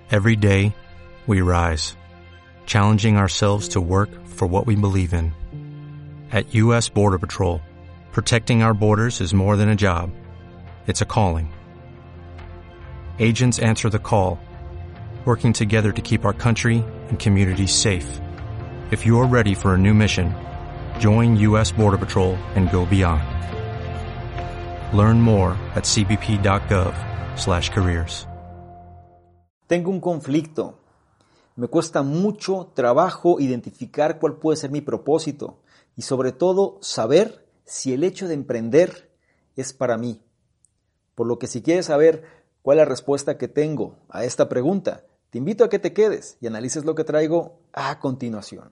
Every day, we rise, challenging ourselves to work for what we believe in. At U.S. Border Patrol, protecting our borders is more than a job. It's a calling. Agents answer the call, working together to keep our country and communities safe. If you're ready for a new mission, join U.S. Border Patrol and go beyond. Learn more at cbp.gov/careers. Tengo un conflicto. Me cuesta mucho trabajo identificar cuál puede ser mi propósito y sobre todo saber si el hecho de emprender es para mí. Por lo que si quieres saber cuál es la respuesta que tengo a esta pregunta, te invito a que te quedes y analices lo que traigo a continuación.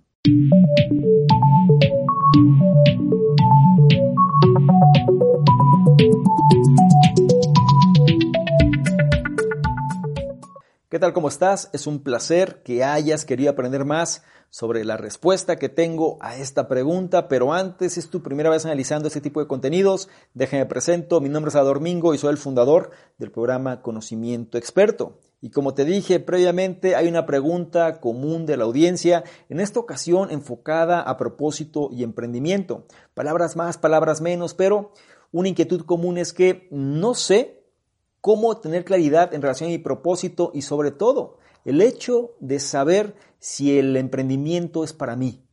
¿Qué tal? ¿Cómo estás? Es un placer que hayas querido aprender más sobre la respuesta que tengo a esta pregunta, pero antes, si es tu primera vez analizando este tipo de contenidos, déjame presento, mi nombre es Salvador Mingo y soy el fundador del programa Conocimiento Experto. Y como te dije previamente, hay una pregunta común de la audiencia, en esta ocasión enfocada a propósito y emprendimiento. Palabras más, palabras menos, pero una inquietud común es que no sé cómo tener claridad en relación a mi propósito y sobre todo el hecho de saber si el emprendimiento es para mí.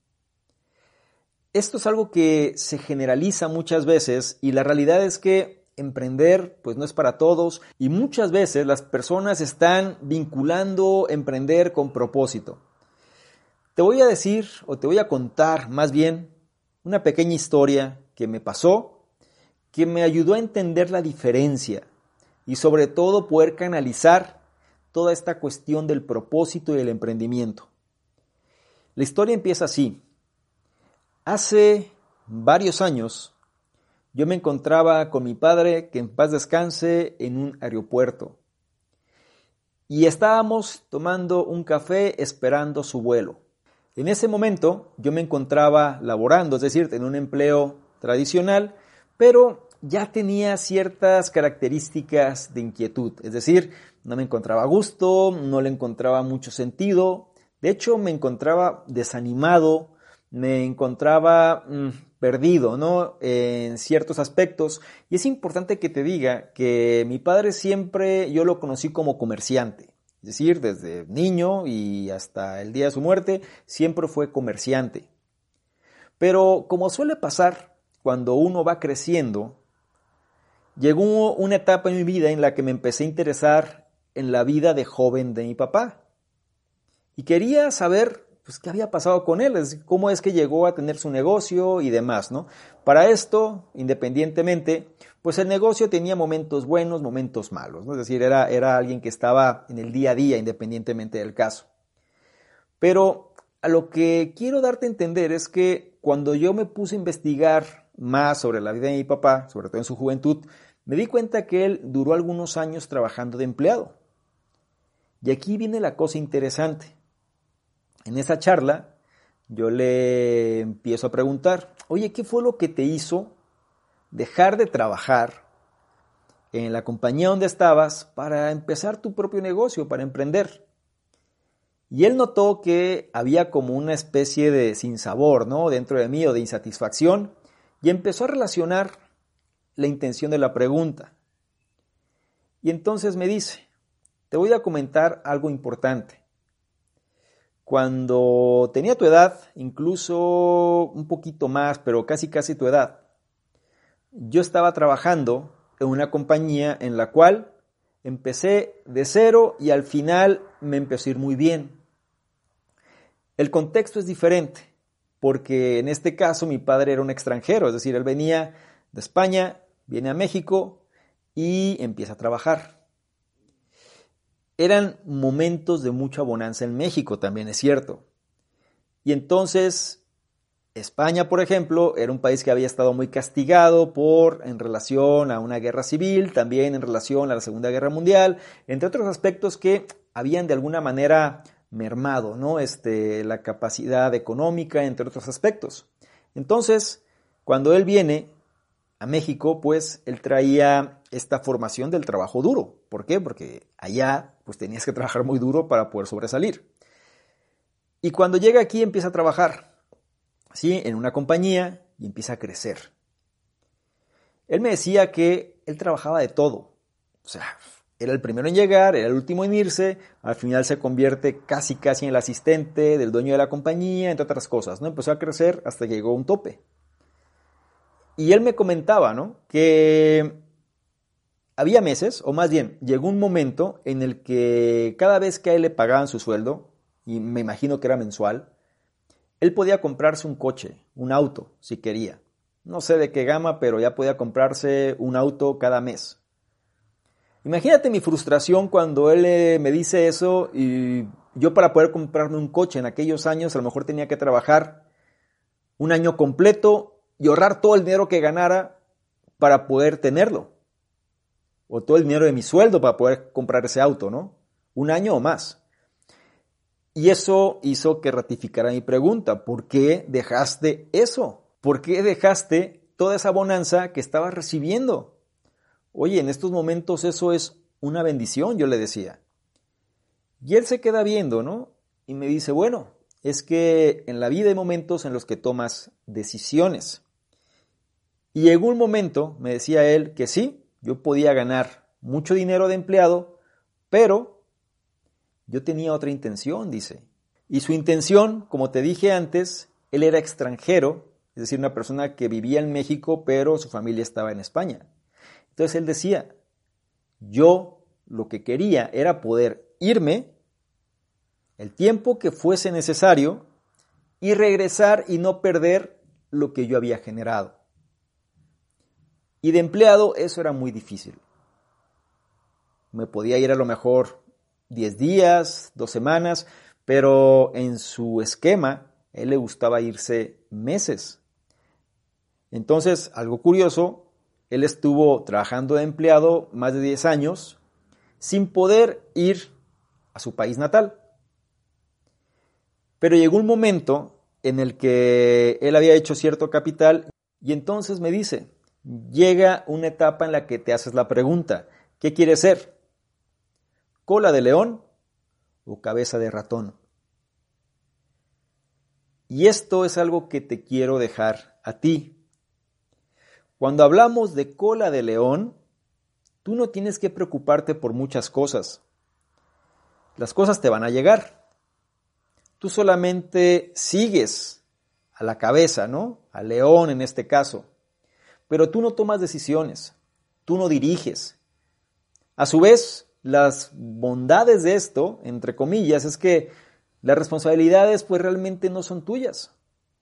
Esto es algo que se generaliza muchas veces y la realidad es que emprender pues no es para todos y muchas veces las personas están vinculando emprender con propósito. Te voy a decir o te voy a contar más bien una pequeña historia que me pasó que me ayudó a entender la diferencia y sobre todo poder canalizar toda esta cuestión del propósito y del emprendimiento. La historia empieza así. Hace varios años yo me encontraba con mi padre, que en paz descanse, en un aeropuerto. Y estábamos tomando un café esperando su vuelo. En ese momento yo me encontraba laborando, es decir, tenía un empleo tradicional, pero ya tenía ciertas características de inquietud, es decir, no me encontraba a gusto, no le encontraba mucho sentido, de hecho me encontraba desanimado, me encontraba perdido, ¿no? En ciertos aspectos, y es importante que te diga que mi padre siempre yo lo conocí como comerciante, es decir, desde niño y hasta el día de su muerte siempre fue comerciante. Pero como suele pasar cuando uno va creciendo, llegó una etapa en mi vida en la que me empecé a interesar en la vida de joven de mi papá. Y quería saber pues, qué había pasado con él, es decir, cómo es que llegó a tener su negocio y demás, ¿no? Para esto, independientemente, pues el negocio tenía momentos buenos, momentos malos, ¿no? Es decir, era alguien que estaba en el día a día, independientemente del caso. Pero a lo que quiero darte a entender es que cuando yo me puse a investigar más sobre la vida de mi papá, sobre todo en su juventud, me di cuenta que él duró algunos años trabajando de empleado. Y aquí viene la cosa interesante. En esa charla, yo le empiezo a preguntar, oye, ¿qué fue lo que te hizo dejar de trabajar en la compañía donde estabas para empezar tu propio negocio, para emprender? Y él notó que había como una especie de sinsabor, ¿no? Dentro de mí o de insatisfacción y empezó a relacionar la intención de la pregunta. Y entonces me dice, te voy a comentar algo importante. Cuando tenía tu edad, incluso un poquito más, pero casi tu edad, yo estaba trabajando en una compañía en la cual empecé de cero y al final me empezó a ir muy bien. El contexto es diferente, porque en este caso mi padre era un extranjero, es decir, él venía de España, viene a México y empieza a trabajar. Eran momentos de mucha bonanza en México, también es cierto. Y entonces, España, por ejemplo, era un país que había estado muy castigado en relación a una guerra civil, también en relación a la Segunda Guerra Mundial, entre otros aspectos que habían de alguna manera mermado, ¿no? La capacidad económica, entre otros aspectos. Entonces, cuando él viene a México, pues él traía esta formación del trabajo duro. ¿Por qué? Porque allá pues tenías que trabajar muy duro para poder sobresalir. Y cuando llega aquí empieza a trabajar, ¿sí? En una compañía y empieza a crecer. Él me decía que él trabajaba de todo. O sea, era el primero en llegar, era el último en irse, al final se convierte casi en el asistente del dueño de la compañía, entre otras cosas, ¿no? Empezó a crecer hasta que llegó a un tope. Y él me comentaba, ¿no?, que había meses, o más bien, llegó un momento en el que cada vez que a él le pagaban su sueldo, y me imagino que era mensual, él podía comprarse un coche, un auto, si quería. No sé de qué gama, pero ya podía comprarse un auto cada mes. Imagínate mi frustración cuando él me dice eso y yo para poder comprarme un coche en aquellos años a lo mejor tenía que trabajar un año completo y ahorrar todo el dinero que ganara para poder tenerlo. O todo el dinero de mi sueldo para poder comprar ese auto, ¿no? Un año o más. Y eso hizo que ratificara mi pregunta. ¿Por qué dejaste eso? ¿Por qué dejaste toda esa bonanza que estabas recibiendo? Oye, en estos momentos eso es una bendición, yo le decía. Y él se queda viendo, ¿no? Y me dice, bueno, es que en la vida hay momentos en los que tomas decisiones. Y llegó un momento, me decía él, que sí, yo podía ganar mucho dinero de empleado, pero yo tenía otra intención, dice. Y su intención, como te dije antes, él era extranjero, es decir, una persona que vivía en México, pero su familia estaba en España. Entonces él decía, yo lo que quería era poder irme el tiempo que fuese necesario y regresar y no perder lo que yo había generado. Y de empleado eso era muy difícil. Me podía ir a lo mejor 10 días, 2 semanas, pero en su esquema, a él le gustaba irse meses. Entonces, algo curioso, él estuvo trabajando de empleado más de 10 años sin poder ir a su país natal. Pero llegó un momento en el que él había hecho cierto capital y entonces me dice, llega una etapa en la que te haces la pregunta, ¿qué quieres ser? ¿Cola de león o cabeza de ratón? Y esto es algo que te quiero dejar a ti. Cuando hablamos de cola de león, tú no tienes que preocuparte por muchas cosas. Las cosas te van a llegar. Tú solamente sigues a la cabeza, ¿no? Al león en este caso. Pero tú no tomas decisiones, tú no diriges. A su vez, las bondades de esto, entre comillas, es que las responsabilidades pues realmente no son tuyas.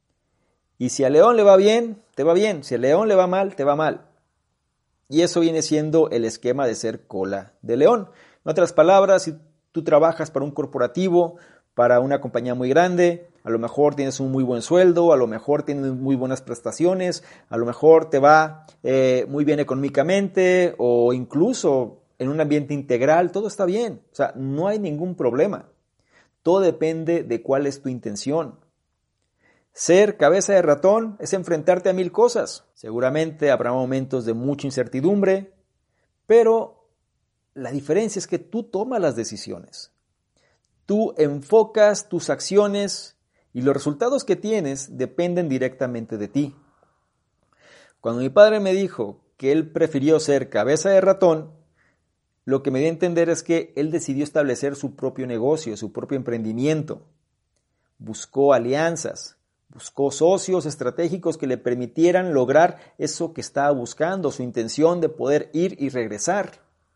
Y si al león le va bien, te va bien. Si al león le va mal, te va mal. Y eso viene siendo el esquema de ser cola de león. En otras palabras, si tú trabajas para un corporativo, para una compañía muy grande, a lo mejor tienes un muy buen sueldo, a lo mejor tienes muy buenas prestaciones, a lo mejor te va muy bien económicamente o incluso en un ambiente integral, todo está bien. O sea, no hay ningún problema. Todo depende de cuál es tu intención. Ser cabeza de ratón es enfrentarte a 1000 cosas. Seguramente habrá momentos de mucha incertidumbre, pero la diferencia es que tú tomas las decisiones. Tú enfocas tus acciones y los resultados que tienes dependen directamente de ti. Cuando mi padre me dijo que él prefirió ser cabeza de ratón, lo que me dio a entender es que él decidió establecer su propio negocio, su propio emprendimiento. Buscó alianzas, buscó socios estratégicos que le permitieran lograr eso que estaba buscando, su intención de poder ir y regresar.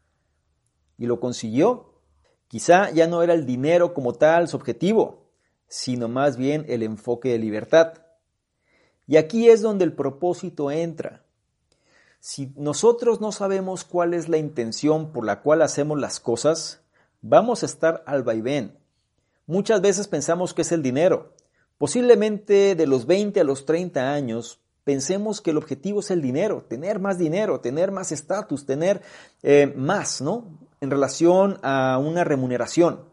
Y lo consiguió. Quizá ya no era el dinero como tal su objetivo, sino más bien el enfoque de libertad. Y aquí es donde el propósito entra. Si nosotros no sabemos cuál es la intención por la cual hacemos las cosas, vamos a estar al vaivén. Muchas veces pensamos que es el dinero. Posiblemente de los 20 a los 30 años pensemos que el objetivo es el dinero, tener más estatus, tener más, ¿no? En relación a una remuneración.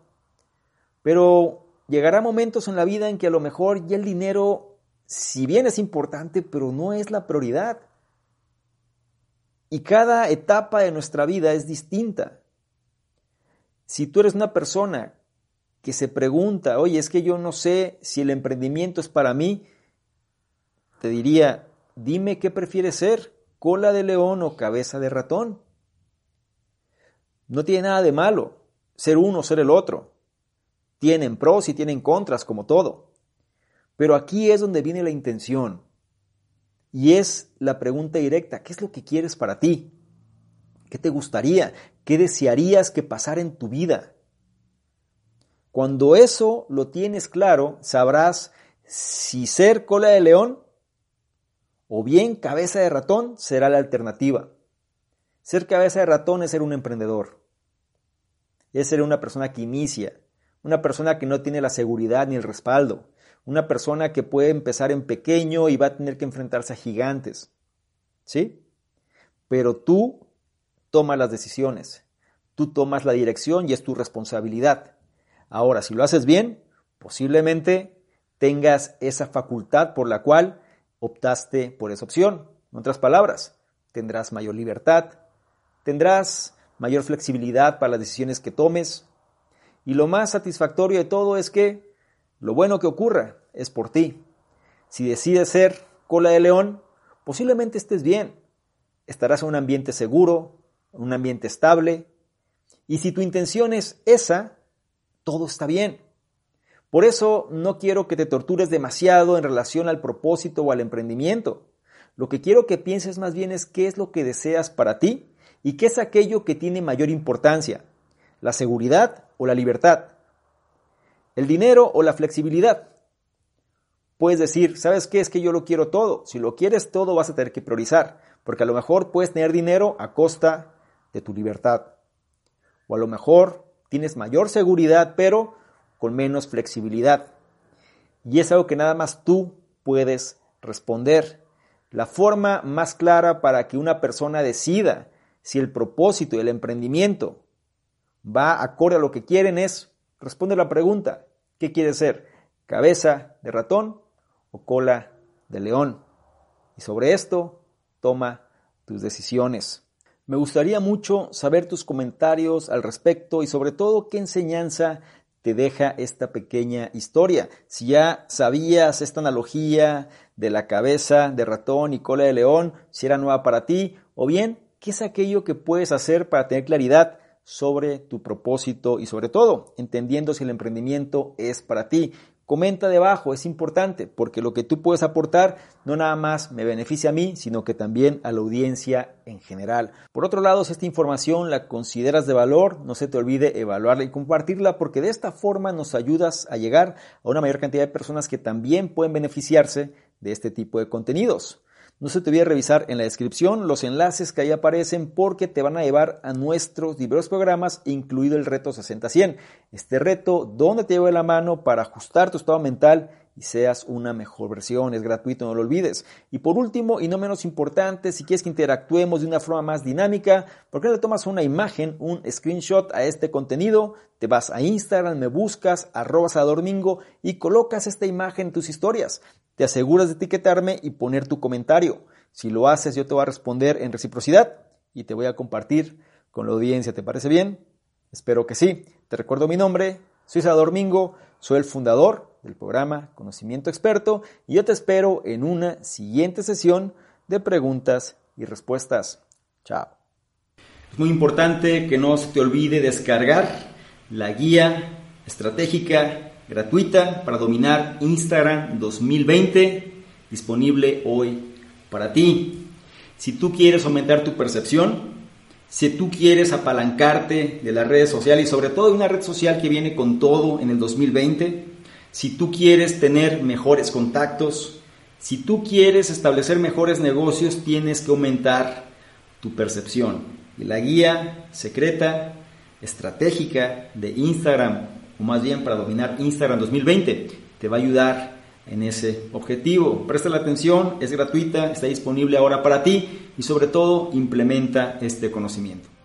Pero llegará momentos en la vida en que a lo mejor ya el dinero, si bien es importante, pero no es la prioridad. Y cada etapa de nuestra vida es distinta. Si tú eres una persona que se pregunta, oye, es que yo no sé si el emprendimiento es para mí, te diría, dime qué prefieres ser, cola de león o cabeza de ratón. No tiene nada de malo ser uno o ser el otro. Tienen pros y tienen contras, como todo. Pero aquí es donde viene la intención. Y es la pregunta directa, ¿qué es lo que quieres para ti? ¿Qué te gustaría? ¿Qué desearías que pasara en tu vida? Cuando eso lo tienes claro, sabrás si ser cola de león o bien cabeza de ratón será la alternativa. Ser cabeza de ratón es ser un emprendedor. Es ser una persona que inicia, una persona que no tiene la seguridad ni el respaldo, una persona que puede empezar en pequeño y va a tener que enfrentarse a gigantes. ¿Sí? Pero tú tomas las decisiones, tú tomas la dirección y es tu responsabilidad. Ahora, si lo haces bien, posiblemente tengas esa facultad por la cual optaste por esa opción. En otras palabras, tendrás mayor libertad, tendrás mayor flexibilidad para las decisiones que tomes. Y lo más satisfactorio de todo es que lo bueno que ocurra es por ti. Si decides ser cola de león, posiblemente estés bien. Estarás en un ambiente seguro, en un ambiente estable. Y si tu intención es esa, todo está bien. Por eso no quiero que te tortures demasiado en relación al propósito o al emprendimiento. Lo que quiero que pienses más bien es qué es lo que deseas para ti y qué es aquello que tiene mayor importancia, la seguridad o la libertad, el dinero o la flexibilidad. Puedes decir, ¿sabes qué? Es que yo lo quiero todo. Si lo quieres todo vas a tener que priorizar, porque a lo mejor puedes tener dinero a costa de tu libertad. O a lo mejor tienes mayor seguridad, pero con menos flexibilidad. Y es algo que nada más tú puedes responder. La forma más clara para que una persona decida si el propósito y el emprendimiento va acorde a lo que quieren es responder la pregunta, ¿qué quieres ser? ¿Cabeza de ratón o cola de león? Y sobre esto, toma tus decisiones. Me gustaría mucho saber tus comentarios al respecto y sobre todo qué enseñanza te deja esta pequeña historia. Si ya sabías esta analogía de la cabeza de ratón y cola de león, si era nueva para ti, o bien, ¿qué es aquello que puedes hacer para tener claridad sobre tu propósito y sobre todo, entendiendo si el emprendimiento es para ti? Comenta debajo, es importante, porque lo que tú puedes aportar no nada más me beneficia a mí, sino que también a la audiencia en general. Por otro lado, si esta información la consideras de valor, no se te olvide evaluarla y compartirla, porque de esta forma nos ayudas a llegar a una mayor cantidad de personas que también pueden beneficiarse de este tipo de contenidos. No se te olvide revisar en la descripción los enlaces que ahí aparecen porque te van a llevar a nuestros diversos programas, incluido el reto 60-100. Este reto donde te llevo de la mano para ajustar tu estado mental y seas una mejor versión. Es gratuito, no lo olvides. Y por último, y no menos importante, si quieres que interactuemos de una forma más dinámica, ¿por qué no le tomas una imagen, un screenshot a este contenido? Te vas a Instagram, me buscas, @salvadormingo y colocas esta imagen en tus historias. Te aseguras de etiquetarme y poner tu comentario. Si lo haces, yo te voy a responder en reciprocidad y te voy a compartir con la audiencia. ¿Te parece bien? Espero que sí. Te recuerdo mi nombre, soy Salvador Mingo, soy el fundador del programa Conocimiento Experto y yo te espero en una siguiente sesión de preguntas y respuestas. Chao. Es muy importante que no se te olvide descargar la guía estratégica gratuita para dominar Instagram 2020, disponible hoy para ti. Si tú quieres aumentar tu percepción, si tú quieres apalancarte de las redes sociales y sobre todo de una red social que viene con todo en el 2020, si tú quieres tener mejores contactos, si tú quieres establecer mejores negocios, tienes que aumentar tu percepción. Y la guía secreta, estratégica de Instagram, o más bien para dominar Instagram 2020, te va a ayudar en ese objetivo. Presta la atención, es gratuita, está disponible ahora para ti y sobre todo implementa este conocimiento.